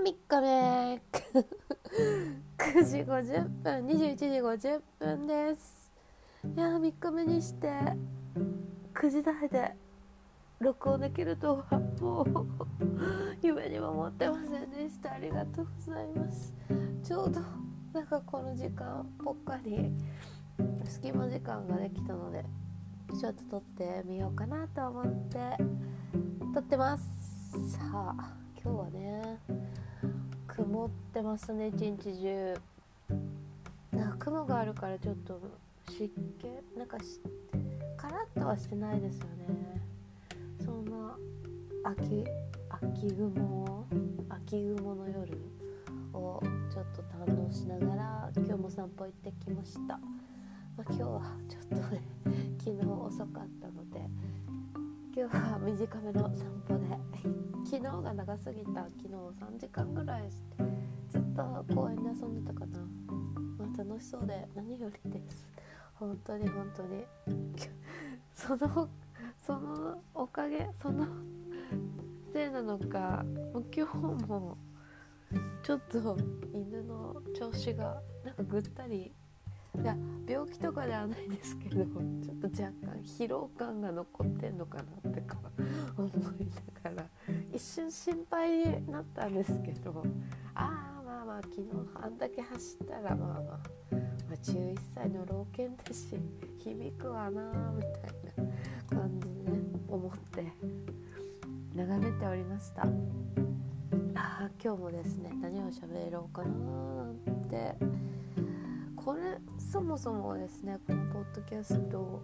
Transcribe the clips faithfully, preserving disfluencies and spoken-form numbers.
みっかめくじごじゅっぷんにじゅういちじごじゅっぷんです。いやみっかめにしてくじ台で録音できるとはもう夢にも思ってませんでした。ありがとうございます。ちょうどなんかこの時間ぽっかり隙間時間ができたのでちょっと撮ってみようかなと思って撮ってます。さあ今日はね曇ってますね。一日中なんか雲があるからちょっと湿気なんかしカラッとはしてないですよね。そんな秋秋雲秋雲の夜をちょっと堪能しながら今日も散歩行ってきました。まあ、今日はちょっとね昨日遅かったので今日は短めの散歩で昨日が長すぎた。昨日さんじかんぐらいしてずっと公園で遊んでたかな。まあ、楽しそうで何よりです。本当に本当にそのそのおかげそのせいなのかもう今日もちょっと犬の調子がなんかぐったり、いや病気とかではないですけどちょっと若干疲労感が残ってんのかなってか思いながら一瞬心配になったんですけど、ああまあまあ昨日あんだけ走ったらまあまあ、まあ、じゅういっさいの老犬だし響くわなみたいな感じで、ね、思って眺めておりました。あ今日もですね何を喋ろうかななんて、これそもそもですねこのポッドキャスト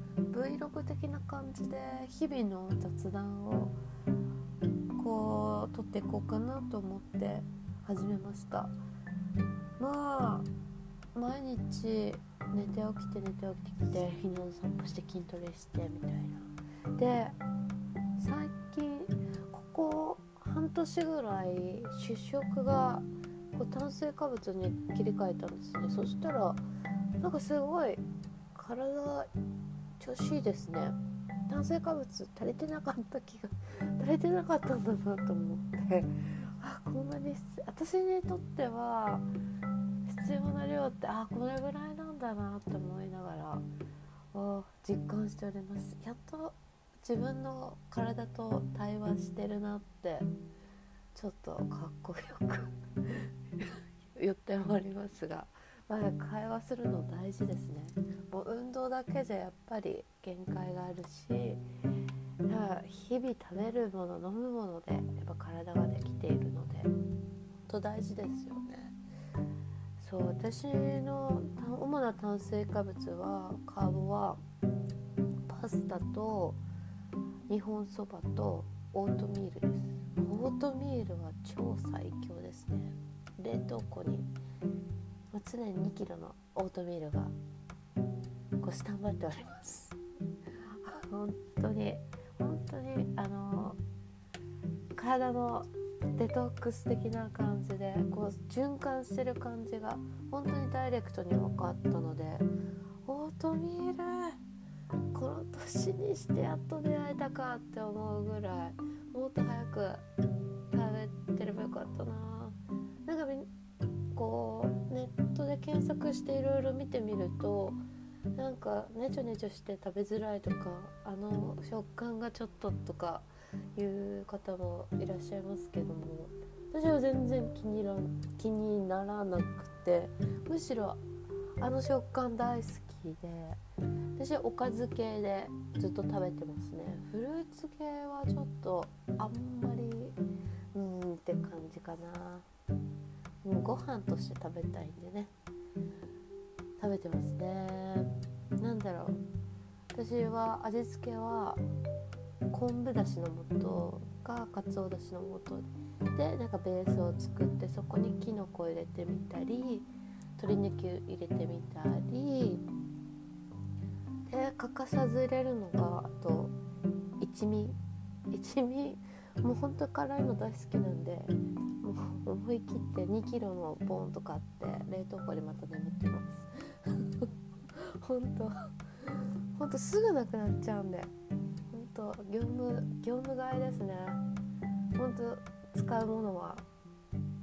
Vlog 的な感じで日々の雑談をこう撮っていこうかなと思って始めました。まあ毎日寝て起きて寝て起きて犬の散歩して筋トレしてみたいなで、最近ここ半年ぐらい主食がこう炭水化物に切り替えたんですね。そしたらなんかすごい体調子いいですね。炭水化物足りてなかった気が足りてなかったんだなと思ってあこんなに私にとっては必要な量ってあこれぐらいなんだなって思いながらあ実感しております。やっと自分の体と対話してるなってちょっとかっこよく言っておりますが、まあ、会話するの大事ですね。もう運動だけじゃやっぱり限界があるし、日々食べるもの飲むものでやっぱ体ができているので本当大事ですよね。そう私の主な炭水化物はカーボはパスタと日本そばとオートミールです。オートミールは超最強ですね。冷凍庫に常ににキロのオートミールがこうスタンバっております本当に本当にあの体のデトックス的な感じでこう循環してる感じが本当にダイレクトに分かったので、オートミールこの年にしてやっと出会えたかって思うぐらいもっと早く食べてればよかったな。なんかこうネットで検索していろいろ見てみるとなんかネチョネチョして食べづらいとかあの食感がちょっととかいう方もいらっしゃいますけども、私は全然気にら気にならなくてむしろあの食感大好きで、私はおかず系でずっと食べてますね。フルーツ系はちょっとあんまりうーんって感じかな。もうご飯として食べたいんでね食べてますね。なんだろう私は味付けは昆布だしの素かかつおだしの素でなんかベースを作ってそこにきのこ入れてみたり鶏肉入れてみたりで欠かさず入れるのがあと一味一味もうほんと辛いの大好きなんでもう思い切ってにキロのボーンと買って冷凍庫にまた眠ってますほんとほんとすぐなくなっちゃうんでほんと業務業務買いですね。ほんと使うものは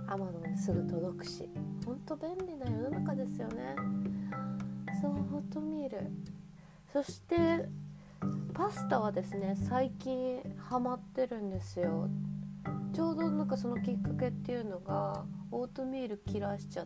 Amazon ですぐ届くし、ほんと便利な世の中ですよね。そう、オートミール。そしてパスタはですね、最近ハマってるんですよ。ちょうどなんかそのきっかけっていうのがオートミール切らしちゃって、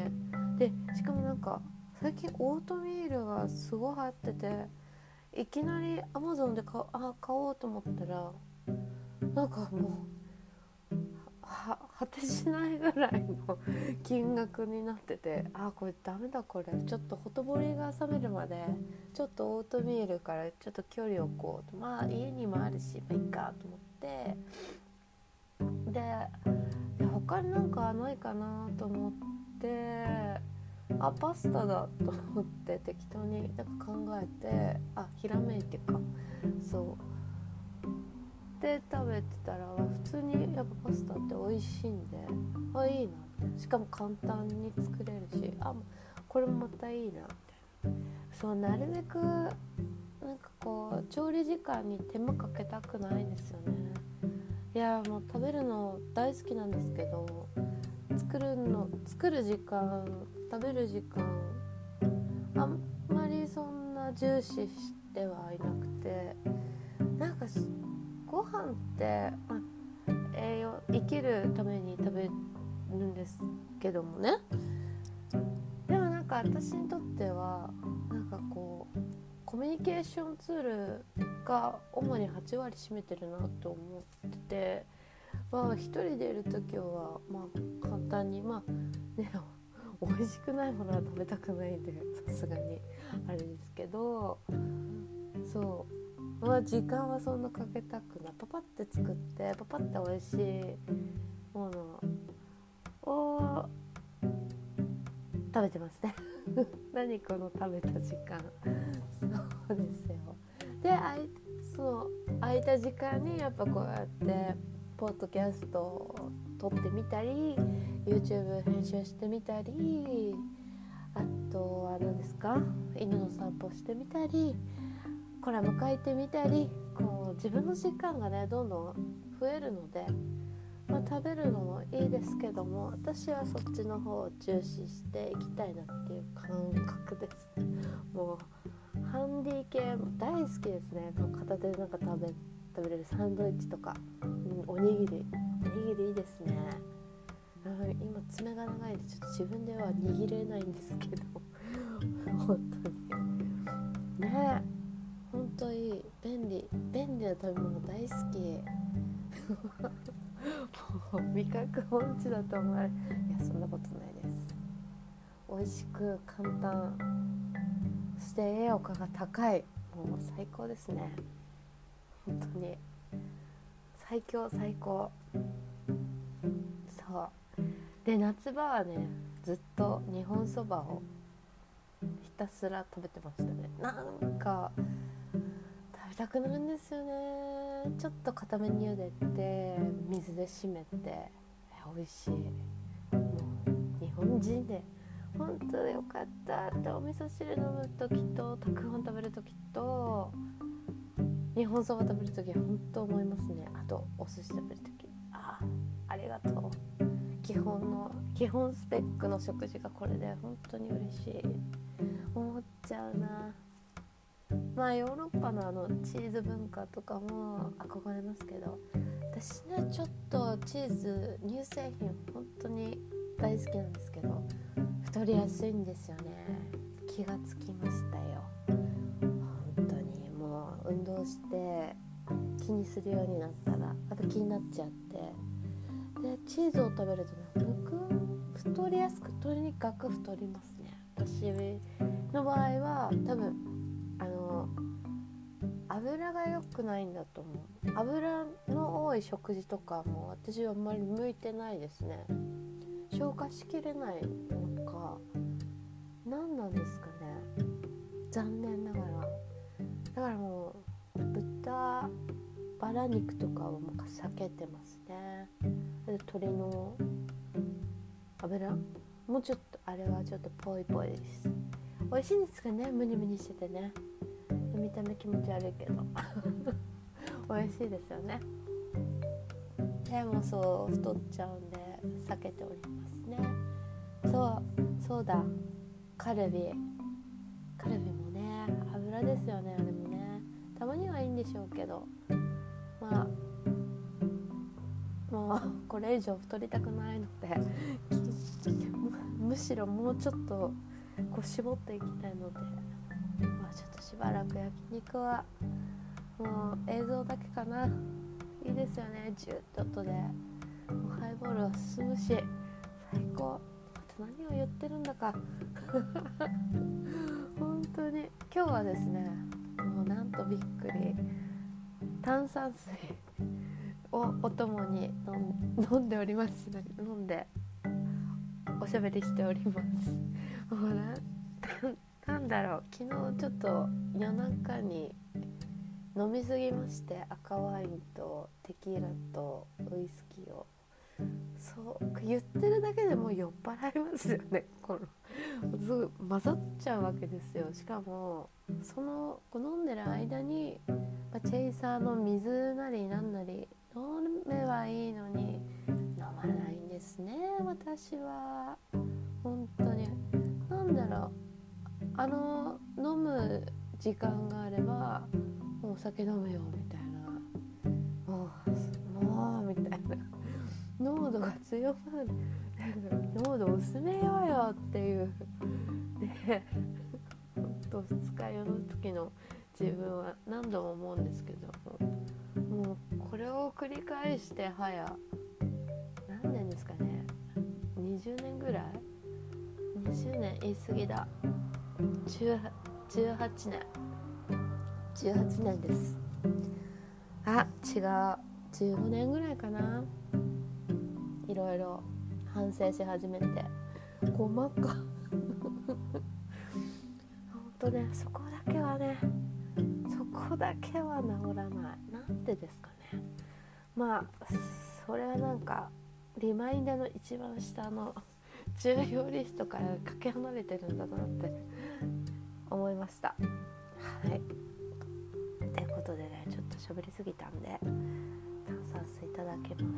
でしかもなんか最近オートミールがすごい流行ってて、いきなり Amazon で買あ買おうと思ったらなんかもうは果てしないぐらいの金額になってて、あこれダメだ、これちょっとほとぼりが冷めるまでちょっとオートミールからちょっと距離を置こうと、まあ家にもあるしまあいいかと思って、で他になんかないかなと思って、あパスタだと思って適当になんか考えて、あひらめいてかそうで食べてたら普通にやっぱパスタって美味しいんで、あいいなみたいな、しかも簡単に作れるし、あこれもまたいいなみたいな。そうなるべくなんかこう調理時間に手間かけたくないんですよね。いやもう食べるの大好きなんですけど、作るの作る時間食べる時間あんまりそんな重視してはいなくて、なんかご飯って、まあ、栄養生きるために食べるんですけどもね、でもなんか私にとってはなんかこうコミュニケーションツールが主にはち割占めてるなと思ってて、まあ、一人でいる時はまあ簡単にまあね美味しくないものは食べたくないんでさすがにあれですけど、そうまあ時間はそんなかけたくない、パパって作ってパパって美味しいものを食べてますね何この食べた時間そうですよ。であいそう空いた時間にやっぱこうやってポッドキャストを撮ってみたり YouTube 編集してみたり、あとは何ですか、犬の散歩してみたりコラム書いてみたり、こう自分の時間がねどんどん増えるので、まあ、食べるのもいいですけども、私はそっちの方を重視していきたいなっていう感覚です。もうハンディ系も大好きですね。片手でなんか食べ食べれるサンドイッチとか、うん、おにぎりおにぎりいいですね。今爪が長いんでちょっと自分では握れないんですけど本当にね、本当いい、便利便利な食べ物大好きもう味覚音痴だと思われる、いやそんなことないです。美味しく簡単、そして栄養価が高い、もう最高ですね。本当に最強最高。そうで夏場はねずっと日本そばをひたすら食べてましたね。なんか食べたくなるんですよね。ちょっと固めに茹でて水で締めて美味しい、もう日本人で本当よかったってお味噌汁飲む時とたくあん食べる時と日本そば食べる時は本当思いますね。あとお寿司食べる時、あありがとう、基本の基本スペックの食事がこれで本当に嬉しい思っちゃうな。まあヨーロッパのあのチーズ文化とかも憧れますけど、私ねちょっとチーズ乳製品本当に大好きなんですけど太りやすいんですよね。気がつきましたよ。本当にもう運動して気にするようになったらやっぱ気になっちゃって、でチーズを食べるとね僕太りやすくとにかく太りますね。私の場合は多分あの油が良くないんだと思う。油の多い食事とかも私はあんまり向いてないですね。消化しきれないのか何なんですかね、残念ながら。だからもう豚バラ肉とかはもう避けてますね。で鶏の油もうちょっとあれはちょっとぽいぽいです。美味しいんですかね、ムニムニしててね、見た目気持ち悪いけど美味しいですよね。でもそう太っちゃうんで避けておりますね。そうそうだ、カルビカルビもね油ですよね。あれもねたまにはいいんでしょうけど、まあもうこれ以上太りたくないのでむ, むしろもうちょっとこう絞っていきたいので、まあ、ちょっとしばらく焼肉はもう映像だけかな。いいですよね、ジュッと音でもうハイボールは進むし最高。あと何を言ってるんだか本当に今日はですね、もうなんとびっくり炭酸水をお供に飲んでおりますし、飲んでおしゃべりしております。もう な, なんだろう、昨日ちょっと夜中に飲みすぎまして、赤ワインとテキーラとウイスキーを、そう言ってるだけでもう酔っ払いますよね。このすぐ混ざっちゃうわけですよ。しかもその飲んでる間に、まあ、チェイサーの水なりなんなり飲めばいいのに飲まないんですね、私は。本当になんだろう、あの飲む時間があればもうお酒飲むよみたいな、もうもうみたいな、濃度が強まる、濃度を薄めようよっていうで、本当二日酔いの時の自分は何度も思うんですけど、もうこれを繰り返して早何年ですかね、にじゅうねんぐらい、にじゅうねん言い過ぎだ、じゅうはちねんじゅうはちねんです。あ、違う、じゅうごねんぐらいかな。いろいろ反省し始めて、ごまかほんとね、そこだけはね、そこだけは治らない。なんでですかね。まあそれはなんかリマインダーの一番下の重要リストからかけ離れてるんだなって思いました。はい、ということでね、ちょっとしゃべりすぎたんで炭酸水いただけます。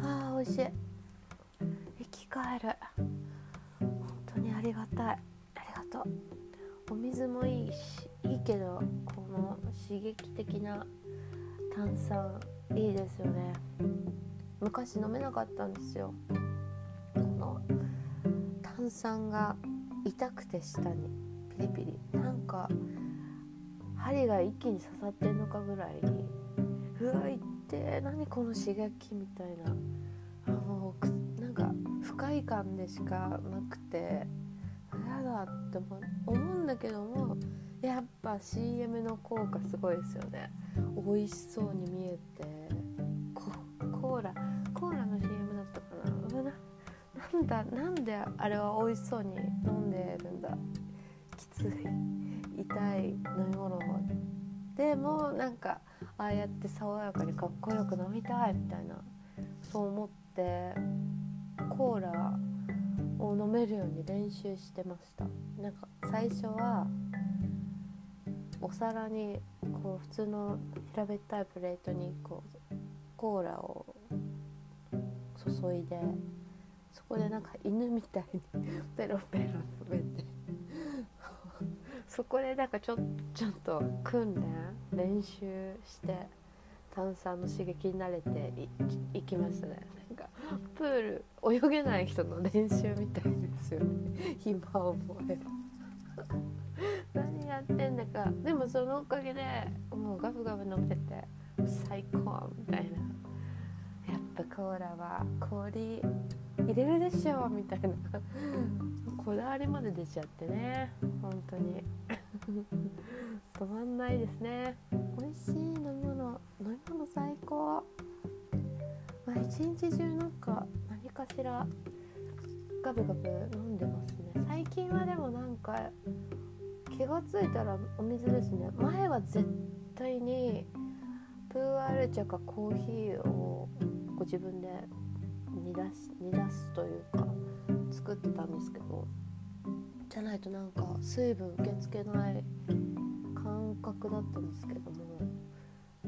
あー、美味しい。生き返る。本当にありがたい、ありがとう。お水もいいし、いいけどこの刺激的な炭酸いいですよね。昔飲めなかったんですよ。この炭酸が痛くて舌にピリピリ、なんか針が一気に刺さってんのかぐらいに、うわいって何この刺激みたいな、もうなんか不快感でしかなくてやだって思うんだけども、やっぱ シーエム の効果すごいですよね。美味しそうに見えて、コ, コーラコーラの シーエム だったかな。な, なんだなんであれは美味しそうに飲んでるんだ、きつい痛い飲み物を。でもなんかああやって爽やかにかっこよく飲みたいみたいな、そう思ってコーラを飲めるように練習してました。なんか最初はお皿にこう普通の平べったいプレートにこうコーラを注いで、そこでなんか犬みたいにペロペロ食べてそこでなんかちょ, ちょっと訓練練習して炭酸の刺激に慣れて い, いきましたね。なんかプール泳げない人の練習みたいですよね今思えば何やってんだか。でもそのおかげでもうガブガブ飲めて最高みたいな、やっぱコーラは氷入れるでしょみたいなこだわりまで出ちゃってね、本当に止まんないですね。美味しい飲み物、飲み物最高。まあ一日中なんか何かしらガブガブ飲んでますね。最近はでもなんか気がついたらお水ですね。前は絶対にプーアール茶かコーヒーをご自分で煮出し、煮出すというか作ってたんですけど、じゃないとなんか水分受け付けない感覚だったんですけども、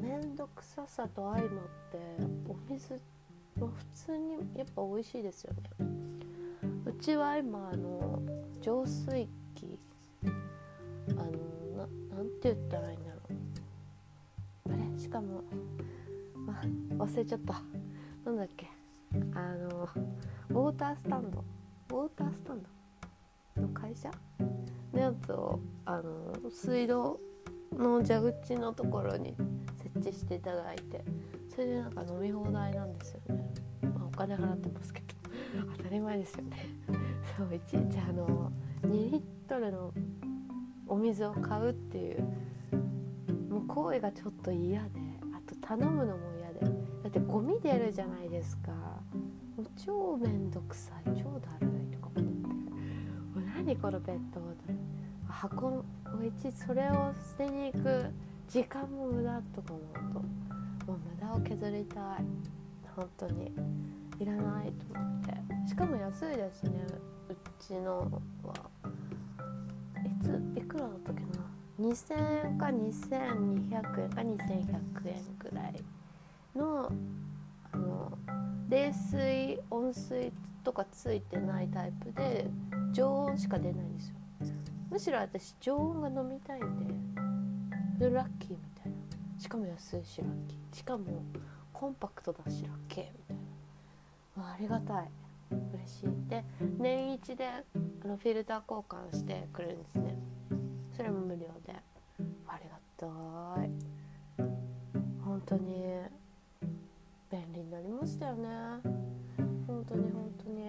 めんどくささと相まってお水は普通にやっぱ美味しいですよね。うちは今あの浄水器、あの な, なんて言ったらいいんだろう、あれしかもあ忘れちゃった、なんだっけ、あのウォータースタンドウォータースタンドの会社のやつをあの水道の蛇口のところに設置していただいて、それでなんか飲み放題なんですよね。まあ、お金払ってますけど当たり前ですよねそういちいちあのにリットルのお水を買うっていうもう行為がちょっと嫌で、あと頼むのも嫌で、だってゴミ出るじゃないですか。もう超めんどくさい、超だるいとか思って、もう何このペットボトル箱をいちそれを捨てに行く時間も無駄とか思うと、もう無駄を削りたい、本当にいらないと思って。しかも安いですね、うちのはいついくらだったっけな、にせんえんかにせんにひゃくえんかにせんひゃくえんぐらいの、あの冷水温水とかついてないタイプで常温しか出ないんですよ。むしろ私常温が飲みたいんでラッキーみたいな、しかも安いしラッキー、しかもコンパクトだしラッキーみたいな、まあ、ありがたい、嬉しい。で年一であのフィルター交換してくれるんですね。それも無料でありがたい、本当に便利になりましたよね、本当に本当に。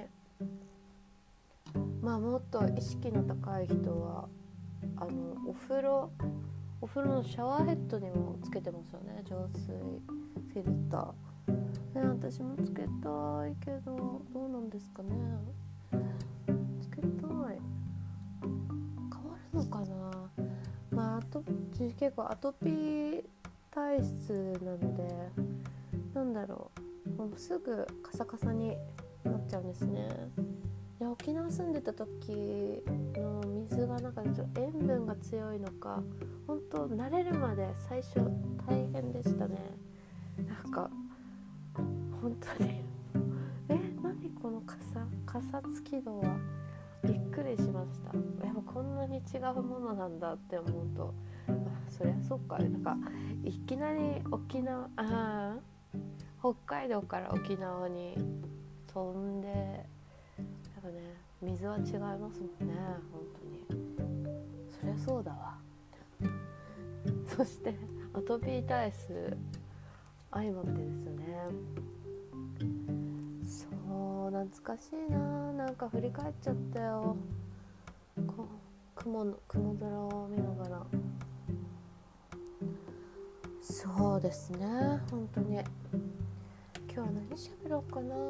まあもっと意識の高い人はあのお風呂お風呂のシャワーヘッドにもつけてますよね、浄水フィルター、ね、私もつけたいけどどうなんですかね、つけたい、変わるのかな。まああと結構アトピー体質なので、なんだろう、もうすぐカサカサになっちゃうんですね。いや沖縄住んでた時の水がなんかちょっと塩分が強いのか、本当慣れるまで最初大変でしたね。なんか本当にえ何このカサカサつき度はびっくりしました。やっぱこんなに違うものなんだって思うと、まあ、そりゃそうか、なんかいきなり沖縄あ北海道から沖縄に飛んで、やっぱね水は違いますもんね、本当にそりゃそうだわそしてアトピー体質相まってですよね。そう懐かしいな、なんか振り返っちゃったよ、こう雲の雲空を見ながら。そうですね、本当に今日は何喋ろうかな。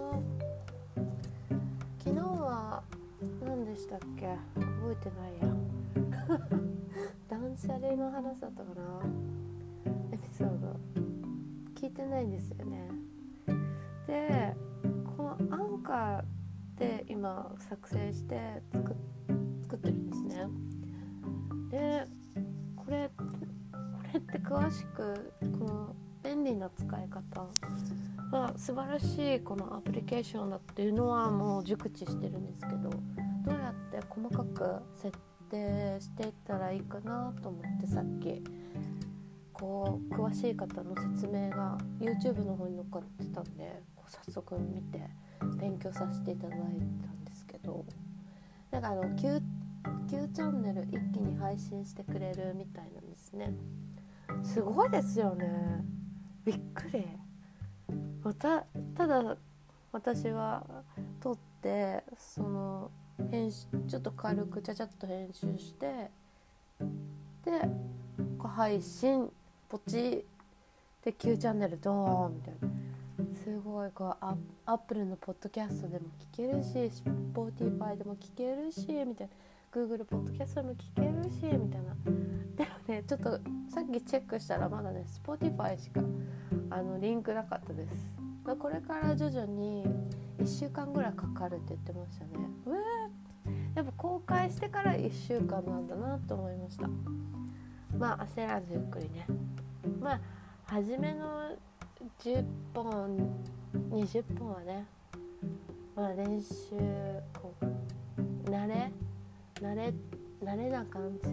昨日は何でしたっけ、覚えてないや断捨離の話だったかな、エピソード聞いてないんですよね。でこのアンカーで今作成して作っ、作ってるんですね。でこれこれって詳しくこの便利な使い方が素晴らしいこのアプリケーションだっていうのはもう熟知してるんですけど、どうやって細かく設定していったらいいかなと思って、さっきこう詳しい方の説明が YouTube の方に載っかってたんで、こう早速見て勉強させていただいたんですけど、なんかあの Q, Q チャンネル一気に配信してくれるみたいなんですね。すごいですよね、びっくり。た, ただ私は撮ってその編集ちょっと軽くちゃちゃっと編集してでこう配信ポチで Q チャンネルドーンみたいな、すごいこうアップルのポッドキャストでも聞けるし Spotify でも聞けるしみたいな、 Google ポッドキャストでも聞けるしみたいな。でもねちょっとさっきチェックしたらまだね Spotify しかあのリンクなかったです。これから徐々にいっしゅうかんぐらいかかるって言ってましたね。うわやっぱ公開してからいっしゅうかんなんだなと思いました。まあ焦らずゆっくりね、まあ初めのじゅっぽんにじゅっぽんはね、まあ、練習こう慣れ慣れ慣れな感じ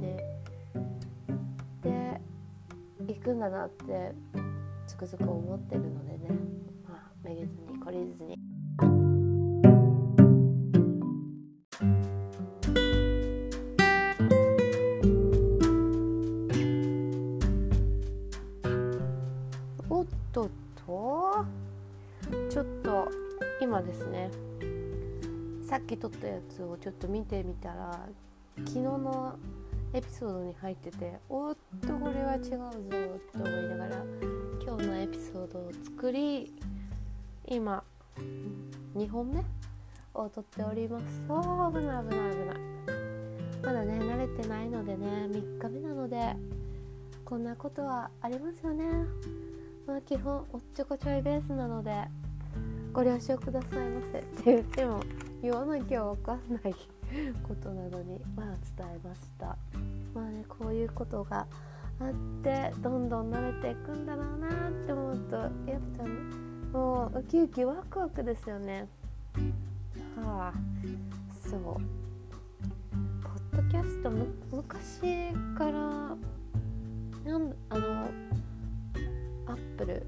で行くんだなってつくづく思ってるのでね、まあ、めげずに懲りずにおっとっとちょっと今ですね、さっき撮ったやつをちょっと見てみたら昨日のエピソードに入ってて、おっとこれは違うぞと思いながら今日のエピソードを作り、今にほんめを撮っております。そう危ない危ない危ない。まだね慣れてないのでね、みっかめなのでこんなことはありますよね。まあ基本おっちょこちょいベースなのでご了承くださいませって言っても言わなきゃ分かんないことなのに、まあ伝えました。まあね、こういうことがあってどんどん慣れていくんだろうなって思うと、やっぱもうウキウキワクワクですよね。はあ、そうポッドキャストむ昔からなんあのアップル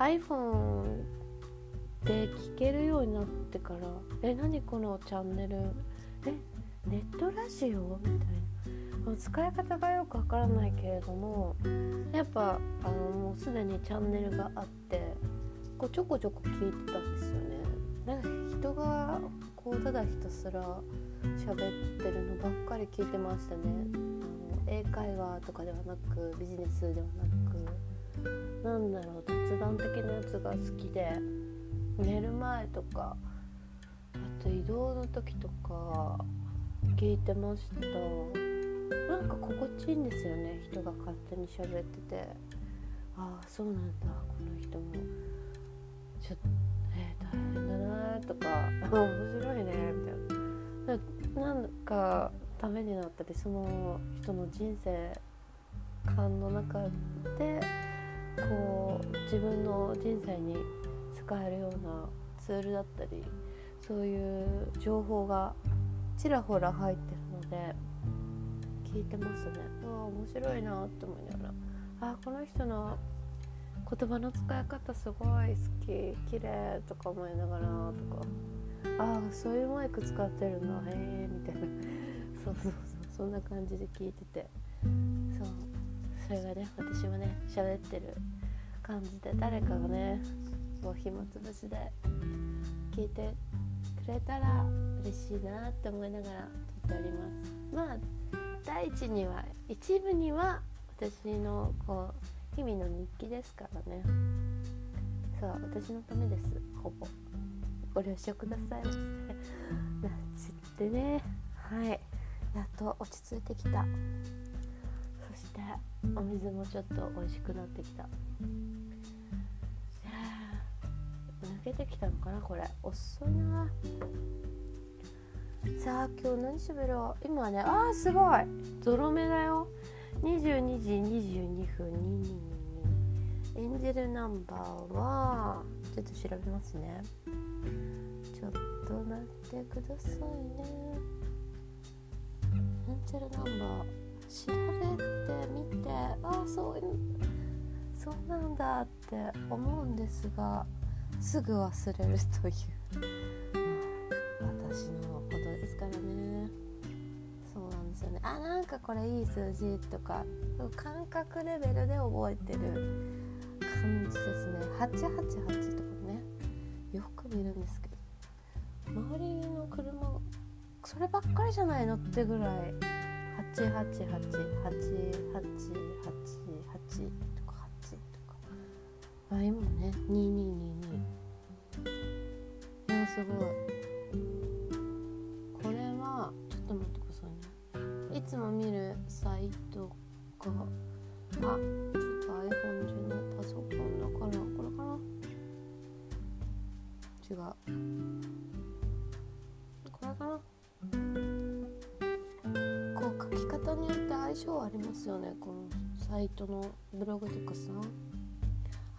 iPhone で聞けるようになってから、え何このチャンネル、えネットラジオみたいな、使い方がよくわからないけれども、やっぱあのもうすでにチャンネルがあってこうちょこちょこ聞いてたんですよね。なんか人がこうただひたすら喋ってるのばっかり聞いてましたね。あの英会話とかではなくビジネスではなく、なんだろう、雑談的なやつが好きで、寝る前とかあと移動の時とか聞いてました。なんか心地いいんですよね、人が勝手に喋ってて、ああそうなんだ、この人もちょっと、えー、大変だなとか面白いねみたいな、なんかためになったり、その人の人生観の中でこう自分の人生に使えるようなツールだったり、そういう情報がちらほら入ってるので聞いてましたね。ああ面白いなって思いながら、あこの人の言葉の使い方すごい好き、綺麗とか思いながらとか、ああそういうマイク使ってるんだ、へえみたいなそうそうそう、そんな感じで聞いてて、そうそれがね、私もね喋ってる感じで誰かがねもう暇つぶしで聞いてくれたら嬉しいなって思いながら撮っております。まあ第一には一部には私のこう日々の日記ですからね。そう私のためです、ほぼ。ご了承くださいませなっちってね。はい、やっと落ち着いてきた。そしてお水もちょっと美味しくなってきた。抜けてきたのかな、これ遅いな。さあ今日何しゃべろう。今ね、あーすごいゾロ目だよ。にじゅうにじにじゅうにふんにひゃくにじゅうに。エンジェルナンバーはちょっと調べますね。ちょっと待ってくださいね。エンジェルナンバー調べてみて、あそういうそうなんだって思うんですが、すぐ忘れるという、まあ、私のことですからね。そうなんですよね。あなんかこれいい数字とか感覚レベルで覚えてる感じですね。はちはちはちとかねよく見るんですけど、周りの車そればっかりじゃないのってぐらいはちはちはちはちはちはちはちはちとかはちとか、あ今もねにににに、いやすごい。これはちょっと待ってくださいね。いつも見るサイトが、あちょっと iPhone 中のパソコンだからこれかな、違うこれかな。こう書き方によって相性ありますよね、このサイトのブログとかさ。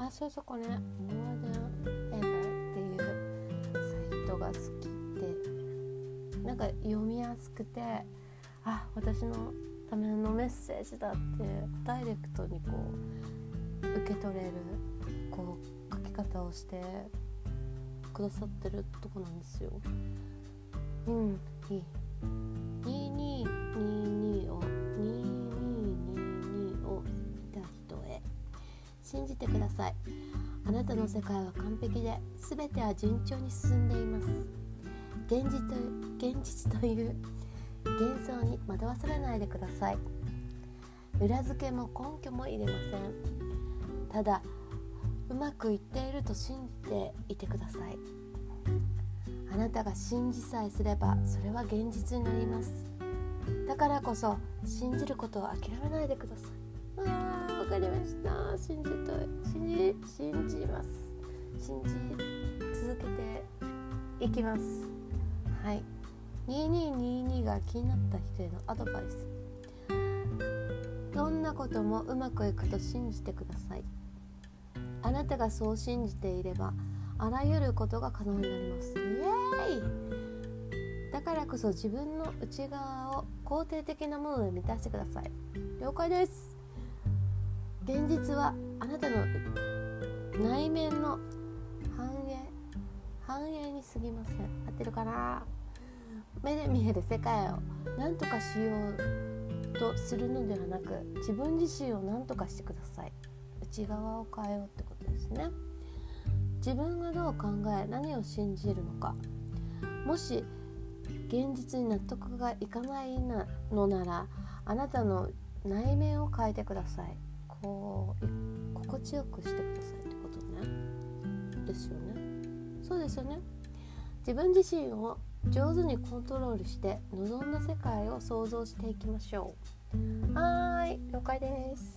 あ、そうそこね、モーデンエヴァっていうサイトが好きで、なんか読みやすくて、あ、私のためのメッセージだってダイレクトにこう受け取れるこう書き方をしてくださってるとこなんですよ。うん、いい。にーにーにーにーをにーにーにーにーを見た人へ。信じてください。あなたの世界は完璧で、すべては順調に進んでいます。現実と現実という幻想に惑わされないでください。裏付けも根拠も入れません。ただうまくいっていると信じていてください。あなたが信じさえすればそれは現実になります。だからこそ信じることを諦めないでください。あー、わかりました。信じたい。信じ信じます。信じ続けていきます。はい。にーにーにーにーが気になった人へのアドバイス。どんなこともうまくいくと信じてください。あなたがそう信じていればあらゆることが可能になります。イエーイ。だからこそ自分の内側を肯定的なもので満たしてください。了解です。現実はあなたの内面の反映反映に過ぎません。合ってるかな。目で見える世界を何とかしようとするのではなく、自分自身を何とかしてください。内側を変えようってことですね。自分がどう考え何を信じるのか。もし現実に納得がいかないのなら、あなたの内面を変えてください。こう心地よくしてくださいってことね。ですよね。そうですよね。自分自身を上手にコントロールして望んだ世界を想像していきましょう。はーい、了解です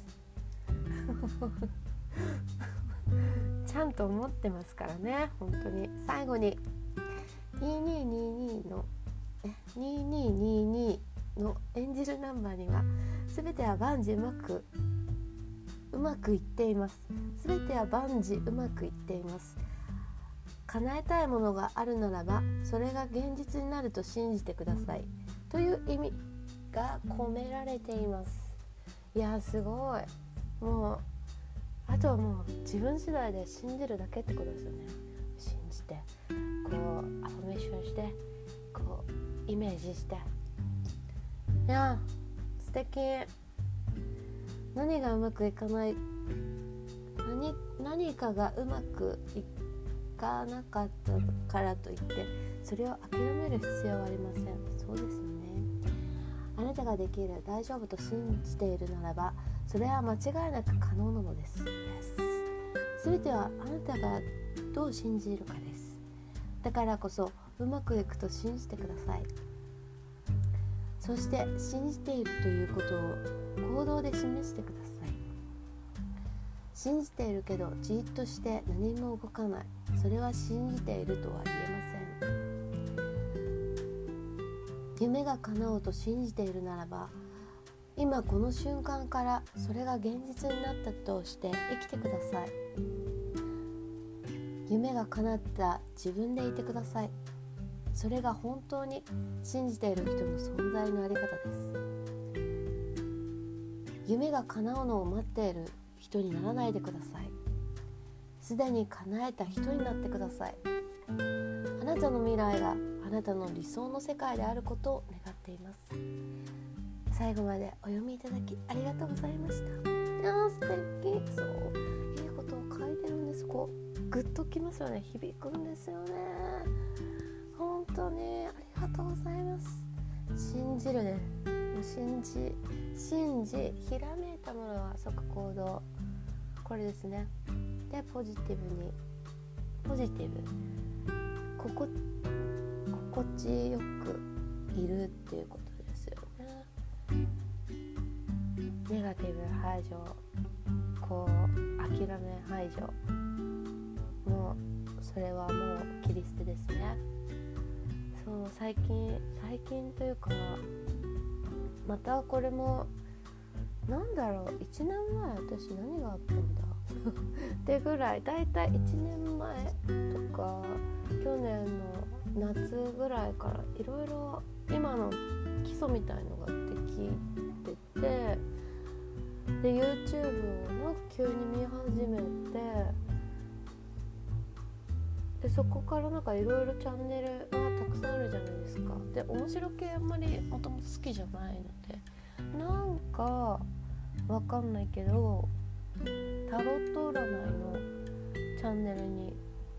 ちゃんと思ってますからね。本当に最後ににーにーにーにーのにーにーにーにーの演じるナンバーには、すべては万事うまくうまくいっています。すべては万事うまくいっています。叶えたいものがあるならば、それが現実になると信じてくださいという意味が込められています。いやー、すごい。もうあとはもう自分次第で信じるだけってことですよね。信じてこうアファメーションして、こうイメージして、いやー素敵。何がうまくいかない、 何, 何かがうまくいかなかったからといってそれを諦める必要はありません。そうですよね。あなたができる、大丈夫と信じているならば、それは間違いなく可能なのです。すべてはあなたがどう信じるかです。だからこそうまくいくと信じてください。そして信じているということを行動で示してください。信じているけどじっとして何も動かない、それは信じているとは言えません。夢が叶おうと信じているならば、今この瞬間からそれが現実になったとして生きてください。夢が叶った自分でいてください。それが本当に信じている人の存在のあり方です。夢が叶うのを待っている人にならないでください。すでに叶えた人になってください。あなたの未来があなたの理想の世界であることを願っています。最後までお読みいただきありがとうございました。いやー素敵。そう、いいことを書いてるんです。こうグッときますよね。響くんですよね。本当にありがとうございます。信じるね。もう信じ信じひらめいたものは即行動、これですね。でポジティブにポジティブ心心地よくいるっていうことですよね。ネガティブ排除、こう諦め排除、もうそれはもう切り捨てですね。そう最近最近というかまたこれもなんだろう、いちねんまえ私何があったんだでぐらいだいたいいちねんまえとか去年の夏ぐらいからいろいろ今の基礎みたいのができてて、で YouTube をなんか急に見始めて、でそこからなんかいろいろチャンネルがたくさんあるじゃないですか。で面白系あんまりもともと好きじゃないので、なんかわかんないけどタロット占いのチャンネルに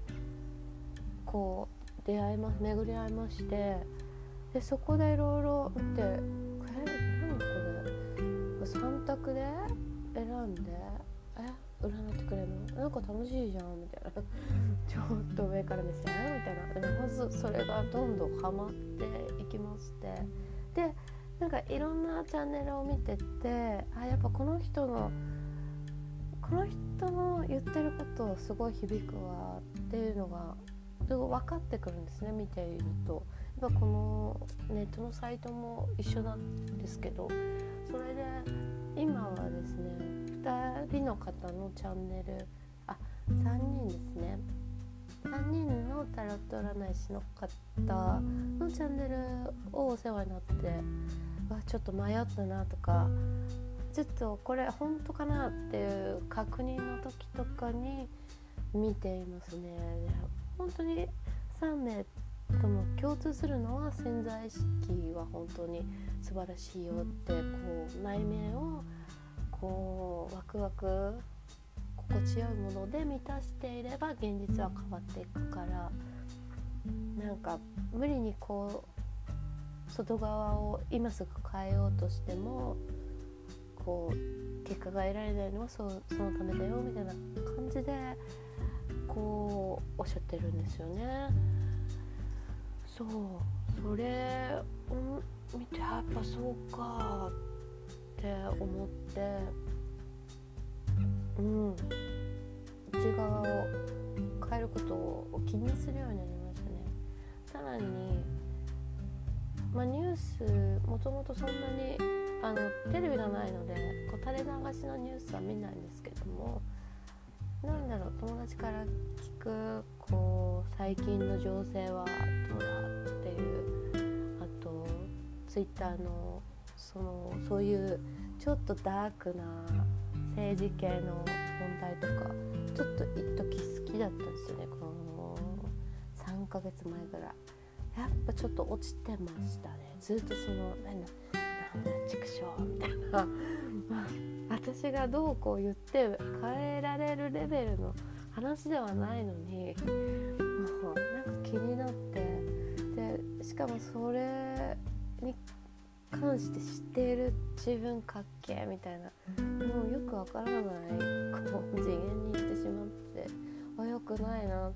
こう出会いま巡り会いまして、でそこでいろいろ見て、え何これさん択で選んでえ占ってくれるのなんか楽しいじゃんみたいなちょっと上から目線みたいな。でもまずそれがどんどんハマっていきまして、でなんかいろんなチャンネルを見てて、あやっぱこの人のこの人の言ってることすごい響くわっていうのが分かってくるんですね、見ていると。やっぱこのネットのサイトも一緒なんですけど、それで今はですねふたりの方のチャンネル、あさんにんですね、さんにんのタロット占い師の方のチャンネルをお世話になって、わちょっと迷ったなとか、ちょっとこれ本当かなっていう確認の時とかに見ていますね。で本当にさんめいとも共通するのは潜在意識は本当に素晴らしいよって、こう内面をこうワクワク心地よいもので満たしていれば現実は変わっていくから、なんか無理にこう外側を今すぐ変えようとしてもこう結果が得られないのは そ, そのためだよみたいな感じでこうおっしゃってるんですよね。そう、それを見てやっぱそうかって思って、うん内側を変えることを気にするようになりましたね。さらに、まあ、ニュースもともとそんなにあのテレビがないのでこう垂れ流しのニュースは見ないんですけども、なんだろう友達から聞くこう最近の情勢はどうだっていう、あとツイッターのそのそういうちょっとダークな政治系の問題とかちょっと一時好きだったんですよね。このさんかげつまえぐらいやっぱちょっと落ちてましたね。ずっとそのなんだなんだ畜生みたいな私がどうこう言って変えられるレベルの話ではないのに、もうなんか気になって、でしかもそれに関して知っている自分かっけみたいな、もうよくわからないこう次元に行ってしまって、あよくないなって、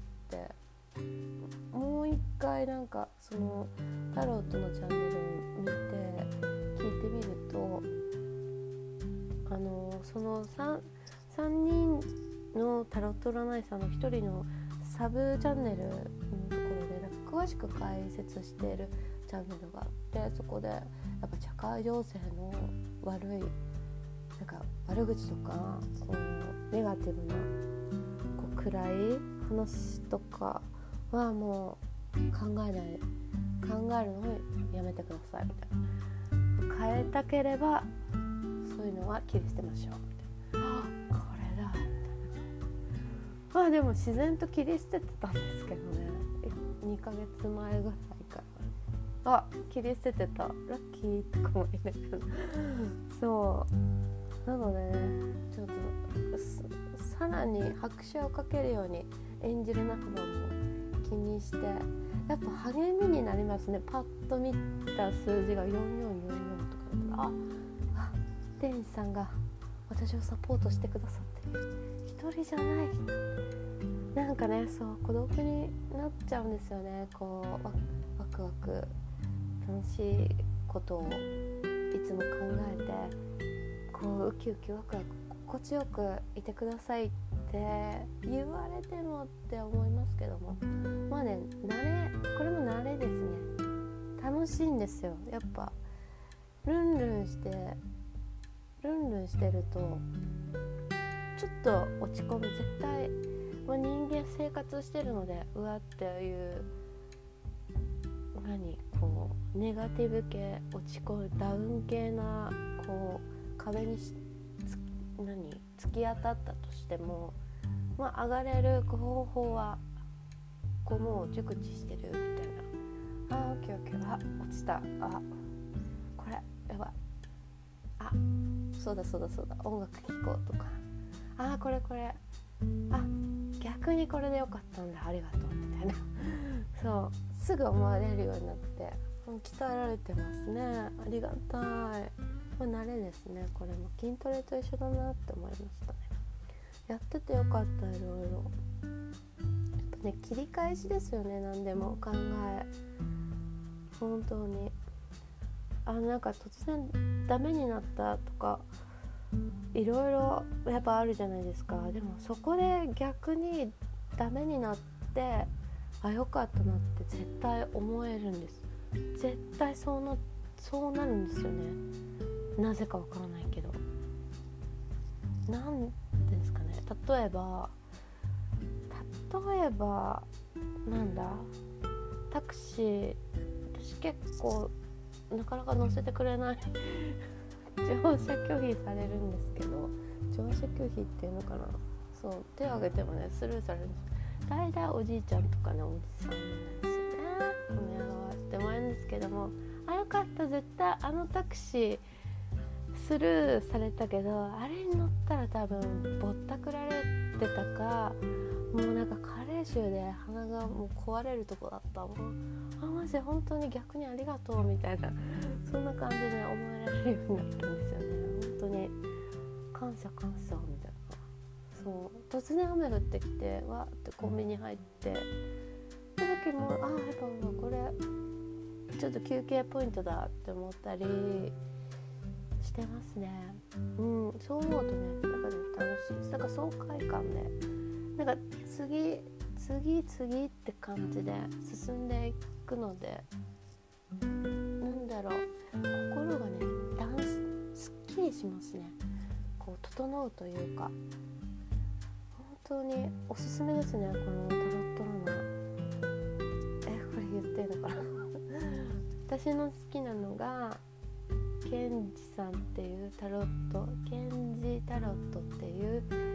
もう一回なんかそのタロットのチャンネルを見て聞いてみると、あのその 3, さんにんのタロット占い師さんのひとりのサブチャンネルのところでなんか詳しく解説しているチャンネルがあって、そこでやっぱ社会情勢の悪いなんか悪口とかこうネガティブなこう暗い話とかはもう考えない考えるのをやめてくださいみたいな、変えたければそういうのは切り捨てましょうみたいな、あこれだみたいな。まあでも自然と切り捨ててたんですけどね、にかげつまえぐらいからあ切り捨ててたラッキーとかもいいんだけどそうなのでね、ちょっとさらに拍車をかけるように演じる仲間も気にして、やっぱ励みになりますね。パッと見た数字がよんよんよんよんとかだったら、ああ店員さんが私をサポートしてくださってる、一人じゃない、なんかねそう孤独になっちゃうんですよね。こうワクワク楽しいことをいつも考えてこうウキウキワクワク心地よくいてくださいって言われてもって思いますけども、まあね慣れこれも慣れですね。楽しいんですよやっぱ。ルンルンしてルンルンしてるとちょっと落ち込む、絶対、まあ、人間生活してるのでうわっていう何こうネガティブ系、落ち込むダウン系なこう壁にしつ何突き当たったとしても、まあ、上がれる方法はこうもう熟知してるみたいな、あーオッケーオッケー、あ落ちた、あこれやばい、あそうだそうだそうだ音楽聴こうとか、あこれこれ、あ逆にこれでよかったんだありがとうみたいなそうすぐ思われるようになって鍛えられてますね。ありがたい。まあ、慣れですね。これも筋トレと一緒だなって思いましたね。やっててよかった。いろいろやっぱね切り返しですよね。何でも考え本当にあなんか突然ダメになったとかいろいろやっぱあるじゃないですか。でもそこで逆にダメになってあよかったなって絶対思えるんです。絶対そうな、そうなるんですよね。なぜかわからないけど、なんですかね。例えば例えばなんだタクシー、私結構なかなか乗せてくれない乗車拒否されるんですけど、乗車拒否っていうのかな、そう手を挙げてもねスルーされるんです。大体おじいちゃんとかねおじさんなんですよね。この野郎って思うんですけども、あよかった絶対あのタクシースルーされたけどあれに乗ったら多分ぼったくられてたか、もうなんか加齢臭で鼻がもう壊れるとこだったもん。あマジで本当に逆にありがとうみたいなそんな感じで思えられるようになったんですよね。本当に感謝感謝みたいな。そう突然雨降ってきてわーってコンビニ入ってその時もあーやっぱこれちょっと休憩ポイントだって思ったりしてますね。うんそう思うとねなんかね楽しいです。なんか爽快感でなんか次次次って感じで進んでいくので、なんだろう心がねダンスすっきりしますね。こう整うというか本当におすすめですね。このタロットラナえこれ言っていいのかな私の好きなのがケンジさんっていうタロットケンジタロットっていう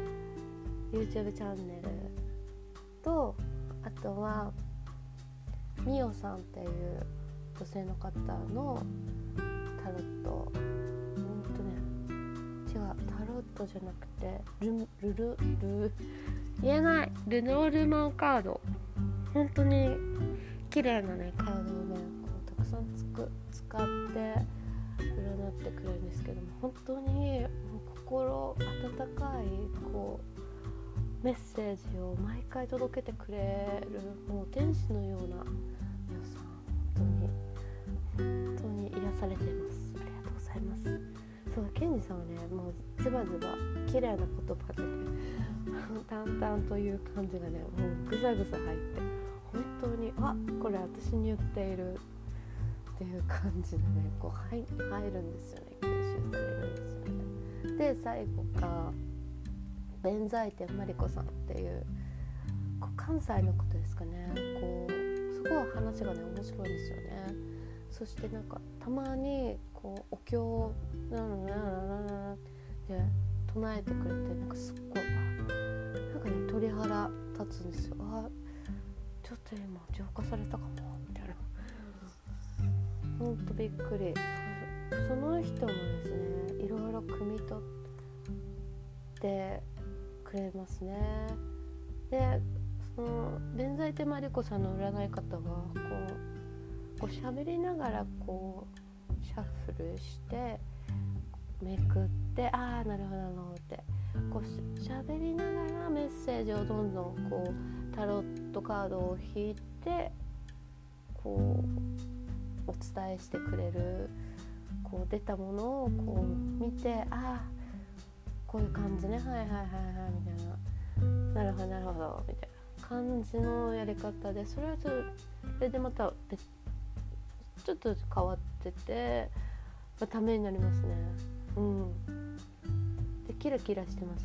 YouTube チャンネルと、あとはミオさんっていう女性の方のタロット、ほんとね違うタロットじゃなくてルルルル言えないルノールマンカード、本当に綺麗なねカードをねこうたくさんつく使って占ってくれるんですけども、本当にもう心温かいこうメッセージを毎回届けてくれるもう天使のような皆さん、本当に本当に癒されています。ありがとうございます。そうケンジさんはねもうズバズバ綺麗な言葉で、ね、淡々という感じがねもうぐさぐさ入って本当にあこれ私に言っているっていう感じでねこう 入, 入るんですよね。吸収されるんですよね。で最後が弁財天マリコさんっていうこう関西のことですかね。こうすごい話がね面白いんですよね。そしてなんかたまにこうお経をならならならで唱えてくれてなんかすっごいなんかね鳥肌立つんですよ。あちょっと今浄化されたかもみたいな。ほんとびっくり。その人もですねいろいろ汲み取ってくれますね。でその弁財天マリコさんの占い方はこうこう喋りながらこうシャッフルしてめくってああなるほどなるほどってこう喋りながらメッセージをどんどんこうタロットカードを引いてこうお伝えしてくれる。こう出たものをこう見てああこういう感じねはいはいはいはいみたいななるほどなるほどみたいな感じのやり方で、それはそれでまたちょっと変わってて、まあ、ためになりますね。うんでキラキラしてますか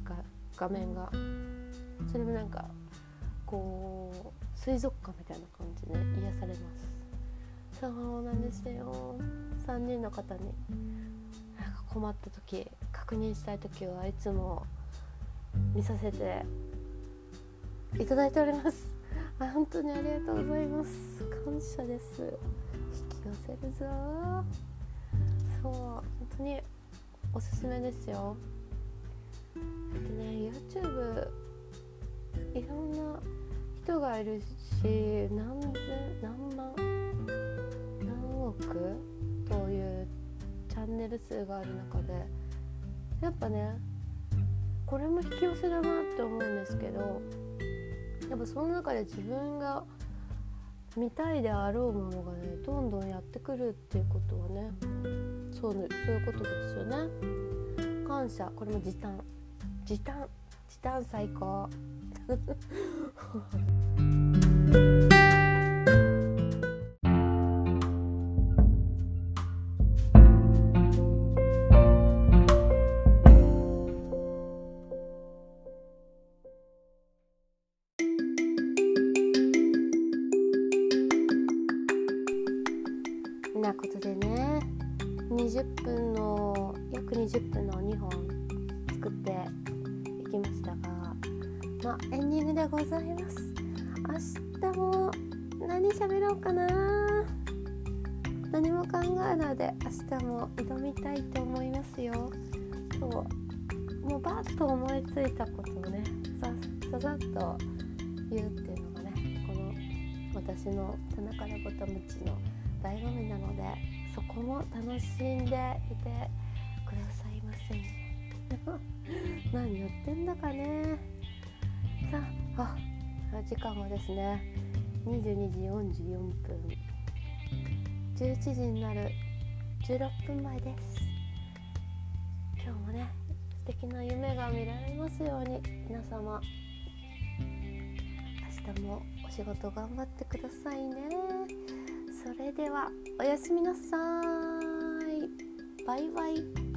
画面が。それもなんかこう水族館みたいな感じで癒されます。そうなんですよ。さんにんの方になんか困った時、確認したい時はいつも見させていただいております。あ、本当にありがとうございます。感謝です。引き寄せるぞ。そう、本当におすすめですよ。でね、YouTube いろんな人がいるし、何千何万何億というチャンネル数がある中で、やっぱねこれも引き寄せだなって思うんですけど、やっぱその中で自分が見たいであろうものがねどんどんやってくるっていうことはね、そう、そういうことですよね。感謝。これも時短時短時短最高なことでね、にじゅっぷんの約にじゅっぷんのにほん作っていきましたが、まあエンディングでございます。明日も何喋ろうかな、何も考えないで明日も挑みたいと思いますよ。そう、もうバッと思いついたことをねさささっと言うっていうのがね、この私の棚からぼたむちの醍醐味なので、そこも楽しんでいてくださいませ何言ってんだかね。さあ、あ時間はですねにじゅうにじよんじゅうよんぷん、じゅういちじになるじゅうろっぷんまえです。今日もね素敵な夢が見られますように、皆様明日もお仕事頑張ってくださいね。それではおやすみなさい。バイバイ。